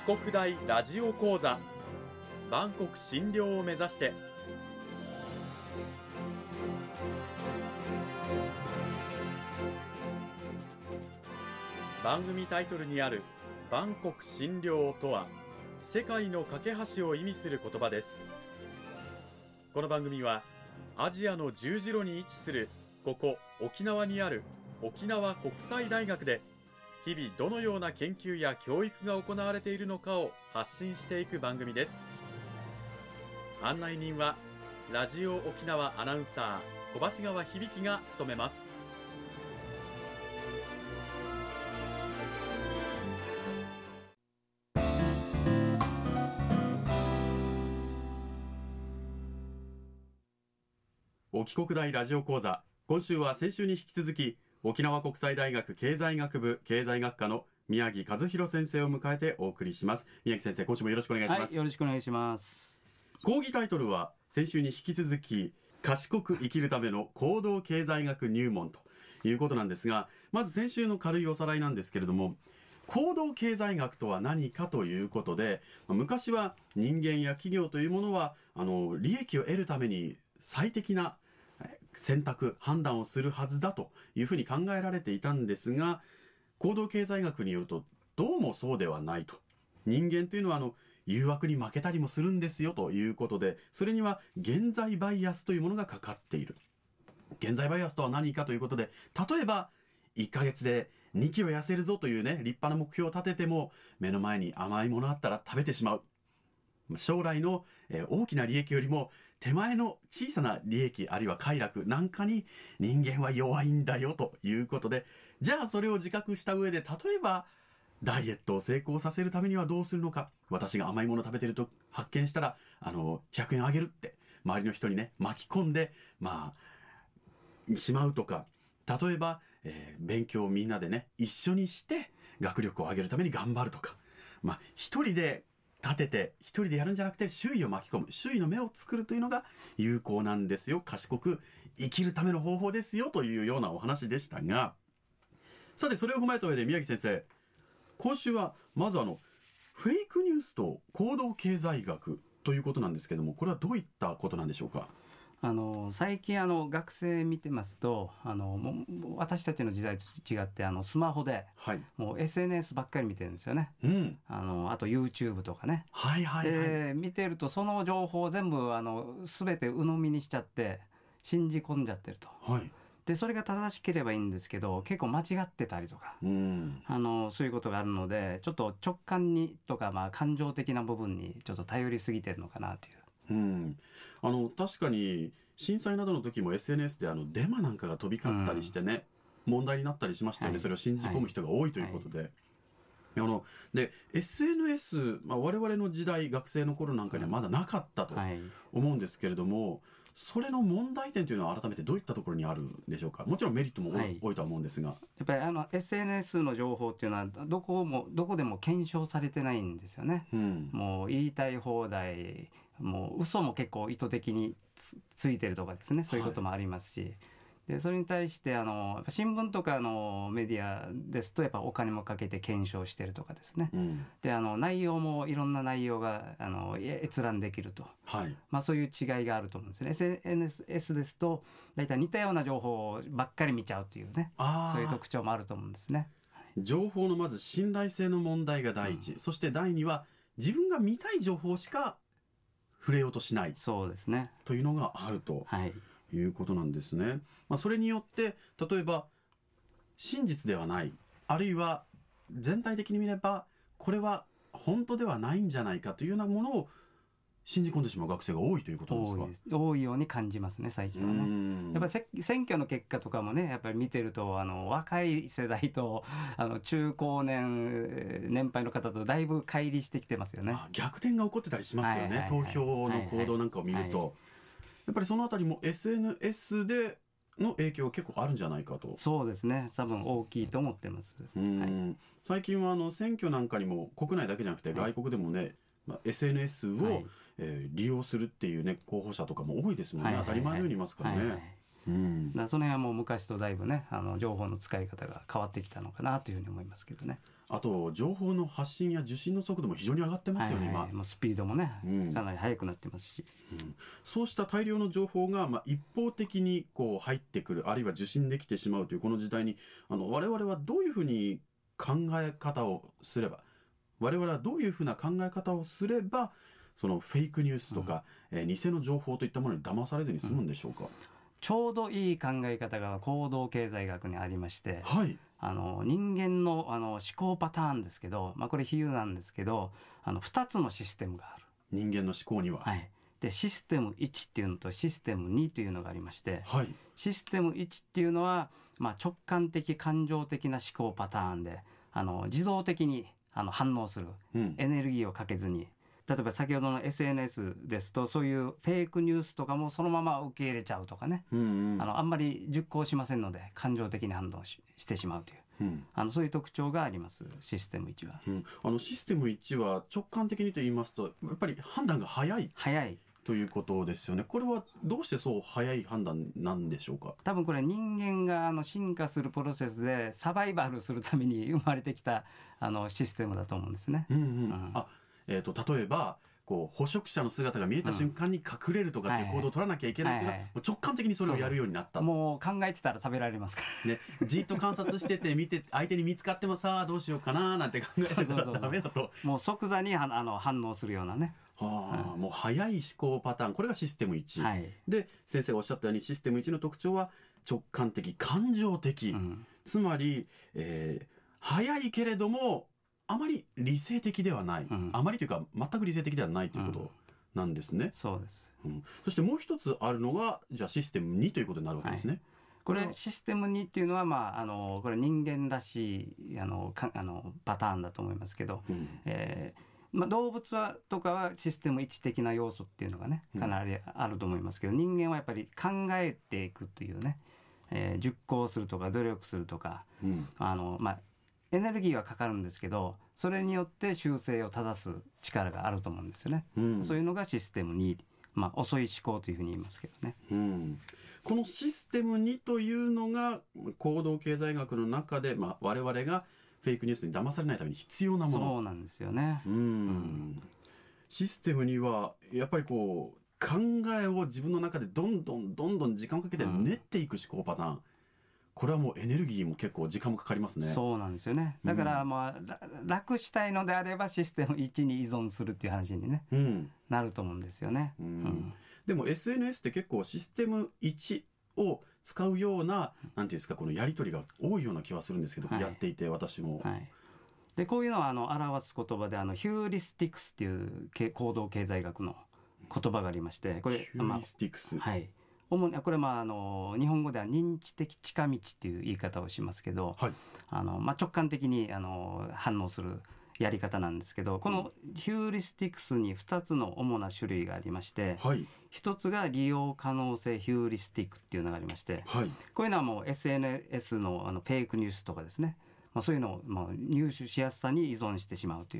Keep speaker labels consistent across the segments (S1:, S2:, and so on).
S1: 国大ラジオ講座万国診療を目指して。番組タイトルにある万国診療とは、世界の架け橋を意味する言葉です。この番組はアジアの十字路に位置するここ沖縄にある沖縄国際大学で、日々どのような研究や教育が行われているのかを発信していく番組です。案内人はラジオ沖縄アナウンサー小橋川響が務めます。沖国大ラジオ講座、今週は先週に引き続き沖縄国際大学経済学部経済学科の宮城和弘先生を迎えてお送りします。宮城先生、今週もよろしくお願いします。
S2: はい、よろしくお願いします。
S1: 講義タイトルは先週に引き続き、賢く生きるための行動経済学入門ということなんですが、まず先週の軽いおさらいなんですけれども、行動経済学とは何かということで、昔は人間や企業というものは利益を得るために最適な選択判断をするはずだというふうに考えられていたんですが、行動経済学によるとどうもそうではないと。人間というのは誘惑に負けたりもするんですよということで、それには現在バイアスというものがかかっている。現在バイアスとは何かということで、例えば1ヶ月で2キロ痩せるぞというね、立派な目標を立てても、目の前に甘いものあったら食べてしまう。将来の大きな利益よりも手前の小さな利益あるいは快楽なんかに人間は弱いんだよということで、じゃあそれを自覚した上で、例えばダイエットを成功させるためにはどうするのか。私が甘いもの食べてると発見したら100円あげるって周りの人にね巻き込んでしまうとか、例えば、勉強をみんなでね一緒にして学力を上げるために頑張るとか、一人で立てて一人でやるんじゃなくて周囲を巻き込む、周囲の目を作るというのが有効なんですよ、賢く生きるための方法ですよというようなお話でしたが、さてそれを踏まえた上で宮城先生、今週はまずフェイクニュースと行動経済学ということなんですけども、これはどういったことなんでしょうか。
S2: 最近学生見てますともう私たちの時代と違ってスマホで、もう SNS ばっかり見てるんですよね、あと YouTube とかね、見てるとその情報を全部全て鵜呑みにしちゃって信じ込んじゃってると、でそれが正しければいいんですけど結構間違ってたりとか、そういうことがあるので、ちょっと直感にとか、感情的な部分にちょっと頼りすぎてるのかなという。
S1: 確かに震災などの時も SNS でデマなんかが飛び交ったりしてね、問題になったりしましたよね、それを信じ込む人が多いということで、で SNS、我々の時代学生の頃なんかにはまだなかったと思うんですけれども、それの問題点というのは改めてどういったところにあるんでしょうか。もちろんメリットも多いとは思うんですが、
S2: やっぱりSNS の情報っていうのはどこでも検証されてないんですよね、もう言いたい放題、もう嘘も結構意図的に ついてるとかですね、そういうこともありますし、でそれに対して新聞とかのメディアですとやっぱお金もかけて検証してるとかですね、で内容もいろんな内容が閲覧できると、そういう違いがあると思うんですね。 SNS ですと大体似たような情報ばっかり見ちゃうというね、そういう特徴もあると思うんですね。
S1: 情報のまず信頼性の問題が第一、そして第二は自分が見たい情報しか触れようとしない、
S2: そうですね、
S1: というのがあると、いうことなんですね。それによって例えば真実ではない、あるいは全体的に見ればこれは本当ではないんじゃないかというようなものを信じ込んでしまう学生が多いということですか。
S2: 多いように感じますね、最近はね。やっぱり選挙の結果とかもね、やっぱり見てると若い世代と中高年配の方とだいぶ乖離してきてますよね。
S1: 逆転が起こってたりしますよね、投票の行動なんかを見ると、やっぱりそのあたりも SNS での影響が結構あるんじゃないかと。
S2: そうですね、多分大きいと思ってます。
S1: 最近は選挙なんかにも国内だけじゃなくて外国でもね、SNS を、利用するっていうね候補者とかも多いですもんね、当たり前のようにいますからね。
S2: その辺はもう昔とだいぶね情報の使い方が変わってきたのかなというふうに思いますけどね。
S1: あと情報の発信や受信の速度も非常に上がってますよね、今。
S2: もうスピードもね、かなり速くなってますし、
S1: そうした大量の情報が、一方的にこう入ってくる、あるいは受信できてしまうというこの時代に、我々はどういうふうに考え方をすれば、我々はどういうふうな考え方をすれば、そのフェイクニュースとか、偽の情報といったものに騙されずに済むんでしょうか。
S2: ちょうどいい考え方が行動経済学にありまして、
S1: はい、
S2: 人間の、思考パターンですけど、これ比喩なんですけど、2つのシステムがある。
S1: 人間の思考には、
S2: はい、でシステム1っていうのとシステム2というのがありまして、
S1: はい、
S2: システム1っていうのは、直感的感情的な思考パターンで自動的に反応する、エネルギーをかけずに、例えば先ほどの SNS ですとそういうフェイクニュースとかもそのまま受け入れちゃうとかね、あんまり熟考しませんので感情的に反応してしまうという、そういう特徴がありますシステム1は。
S1: システム1は直感的にと言いますとやっぱり判断が早いということですよね。これはどうしてそう早い判断なんでしょうか。
S2: 多分これ人間が進化するプロセスでサバイバルするために生まれてきたシステムだと思うんですね。
S1: 例えばこう捕食者の姿が見えた瞬間に隠れるとかっていう行動を取らなきゃいけないっていうのは直感的にそれをやるようになった。
S2: もう考えてたら食べられますから
S1: ね。じっと観察してて見て相手に見つかってもさあどうしようかななんて考えてたらダメだと。
S2: もう即座に反応するようなね。
S1: もう早い思考パターン、これがシステム1、で先生がおっしゃったようにシステム1の特徴は直感的感情的、つまり、早いけれどもあまり理性的ではない、あまりというか全く理性的ではないということなんですね。
S2: そうです、
S1: そしてもう一つあるのがじゃあシステム2ということになるわけですね。
S2: これシステム2っていうのは、これ人間らしいパターンだと思いますけど、動物とかはシステム1的な要素っていうのがねかなりあると思いますけど、人間はやっぱり考えていくというね、熟考するとか努力するとか、エネルギーはかかるんですけどそれによって修正を正す力があると思うんですよね、そういうのがシステム2、遅い思考というふうに言いますけどね、
S1: このシステム2というのが行動経済学の中で、我々がフェイクニュースに騙されないために必要なもの。
S2: そうなんですよね。
S1: システムにはやっぱりこう考えを自分の中でどんどん時間をかけて練っていく思考パターン、これはもうエネルギーも結構時間もかかりますね。
S2: そうなんですよね。だから、楽したいのであればシステム1に依存するっていう話に、ねなると思うんですよね。
S1: でも SNS って結構システム1を使うような、なんていうんですか、このやり取りが多いような気はするんですけど、やっていて私も、
S2: でこういうのは表す言葉でヒューリスティクスっていう行動経済学の言葉がありまして、これ
S1: ヒューリスティクス、
S2: 主にこれ日本語では認知的近道っていう言い方をしますけど、直感的に反応するやり方なんですけど、このヒューリスティクスに2つの主な種類がありまして、1つが利用可能性ヒューリスティックっていうのがありまして、こういうのはもう SNS のフェイクニュースとかですね、そういうのを入手しやすさに依存してしまうという、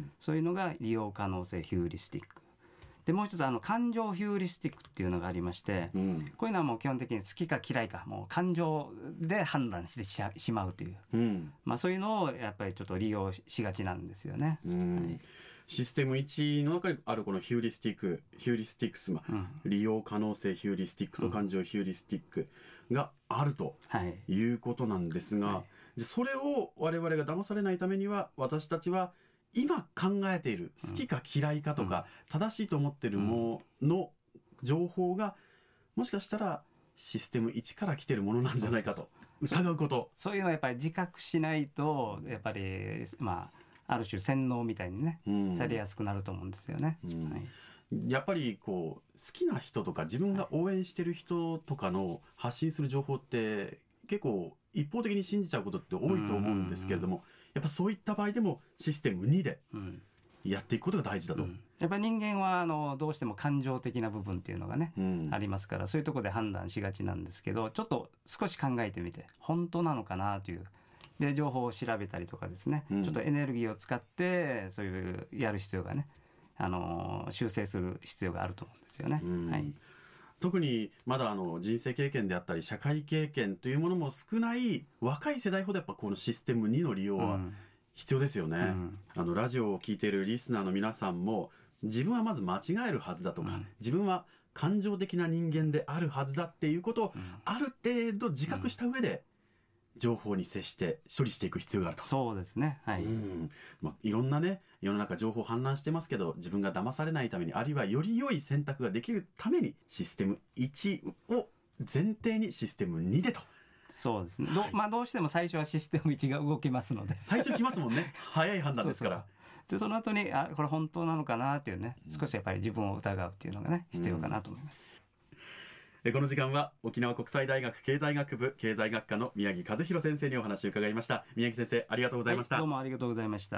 S2: そういうのが利用可能性ヒューリスティックで、もう一つ感情ヒューリスティックっていうのがありまして、こういうのはもう基本的に好きか嫌いかもう感情で判断してしまうという、そういうのをやっぱりちょっと利用しがちなんですよね。
S1: システム1の中にあるこのヒューリスティックス、利用可能性ヒューリスティックと感情ヒューリスティックがあるということなんですが、それを我々が騙されないためには私たちは今考えている好きか嫌いかとか、正しいと思っているものの情報がもしかしたらシステム1から来ているものなんじゃないかと疑うこと、
S2: そういうのをやっぱり自覚しないとやっぱりある種洗脳みたいにね、されやすくなると思うんですよね。
S1: やっぱりこう好きな人とか自分が応援してる人とかの発信する情報って結構一方的に信じちゃうことって多いと思うんですけれども、やっぱそういった場合でもシステム2でやっていくことが大事だと、
S2: やっぱり人間はどうしても感情的な部分っていうのがね、ありますから、そういうところで判断しがちなんですけど、ちょっと少し考えてみて本当なのかなというで情報を調べたりとかですね、ちょっとエネルギーを使ってそういうやる必要がね、修正する必要があると思うんですよね。
S1: 特にまだ人生経験であったり社会経験というものも少ない若い世代ほどやっぱこのシステム2の利用は必要ですよね、ラジオを聞いているリスナーの皆さんも自分はまず間違えるはずだとか、自分は感情的な人間であるはずだっていうことをある程度自覚した上で情報に接して処理していく必要があると。
S2: そうですね、はい。
S1: いろんなね世の中情報氾濫してますけど、自分が騙されないために、あるいはより良い選択ができるためにシステム1を前提にシステム2でと。
S2: そうですね、どうしても最初はシステム1が動きますので
S1: 最初来ますもんね早い判断ですから。
S2: でその後にこれ本当なのかなっていうね、少しやっぱり自分を疑うっていうのがね必要かなと思います。
S1: この時間は沖縄国際大学経済学部経済学科の宮城和弘先生にお話を伺いました。宮城先生、ありがとうございました。
S2: どうもありがとうございました。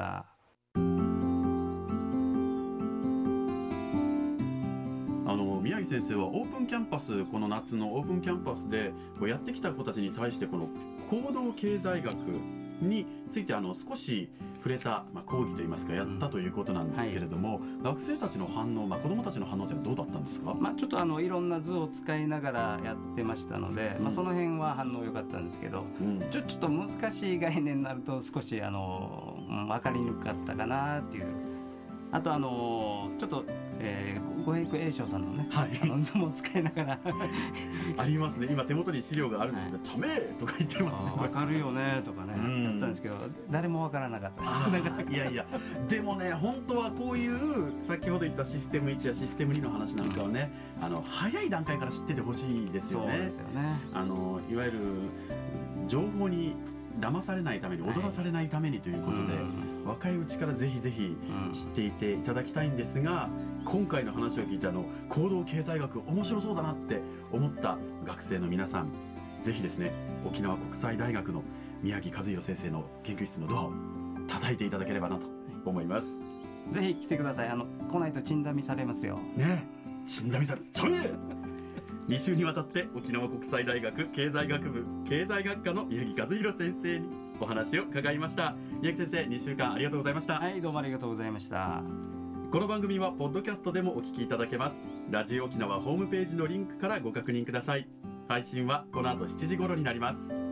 S1: 宮城先生はオープンキャンパス、この夏のオープンキャンパスでやってきた子たちに対してこの行動経済学について少し触れた、講義といいますかやったということなんですけれども、学生たちの反応、子どもたちの反応というのはどうだったんですか？
S2: ちょっといろんな図を使いながらやってましたので、その辺は反応良かったんですけど、ちょっと難しい概念になると少し分かりにくかったかなっていう。あとちょっと、五平栄翔さんのね、図も使いながら
S1: ありますね。今手元に資料があるんですけど、チャメーとか言ってますね。
S2: 分かるよねとかね、やったんですけど誰も分からなかったです。
S1: いやでもね、本当はこういう先ほど言ったシステム1やシステム2の話なんかはね、早い段階から知っててほしいですよね。
S2: そうですよね。
S1: いわゆる情報に騙されないために、踊らされないためにということで、若いうちからぜひぜひ知っていていただきたいんですが、今回の話を聞いて行動経済学面白そうだなって思った学生の皆さん、ぜひですね沖縄国際大学の宮城和弘先生の研究室のドアを叩いていただければなと思います。
S2: ぜひ来てください。来ないとチンダミされますよ
S1: ね。チンダミされちょい2週にわたって沖縄国際大学経済学部経済学科の宮城和弘先生にお話を伺いました。宮城先生、2週間ありがとうございました。
S2: はい、どうもありがとうございました。
S1: この番組はポッドキャストでもお聞きいただけます。ラジオ沖縄ホームページのリンクからご確認ください。配信はこの後7時頃になります。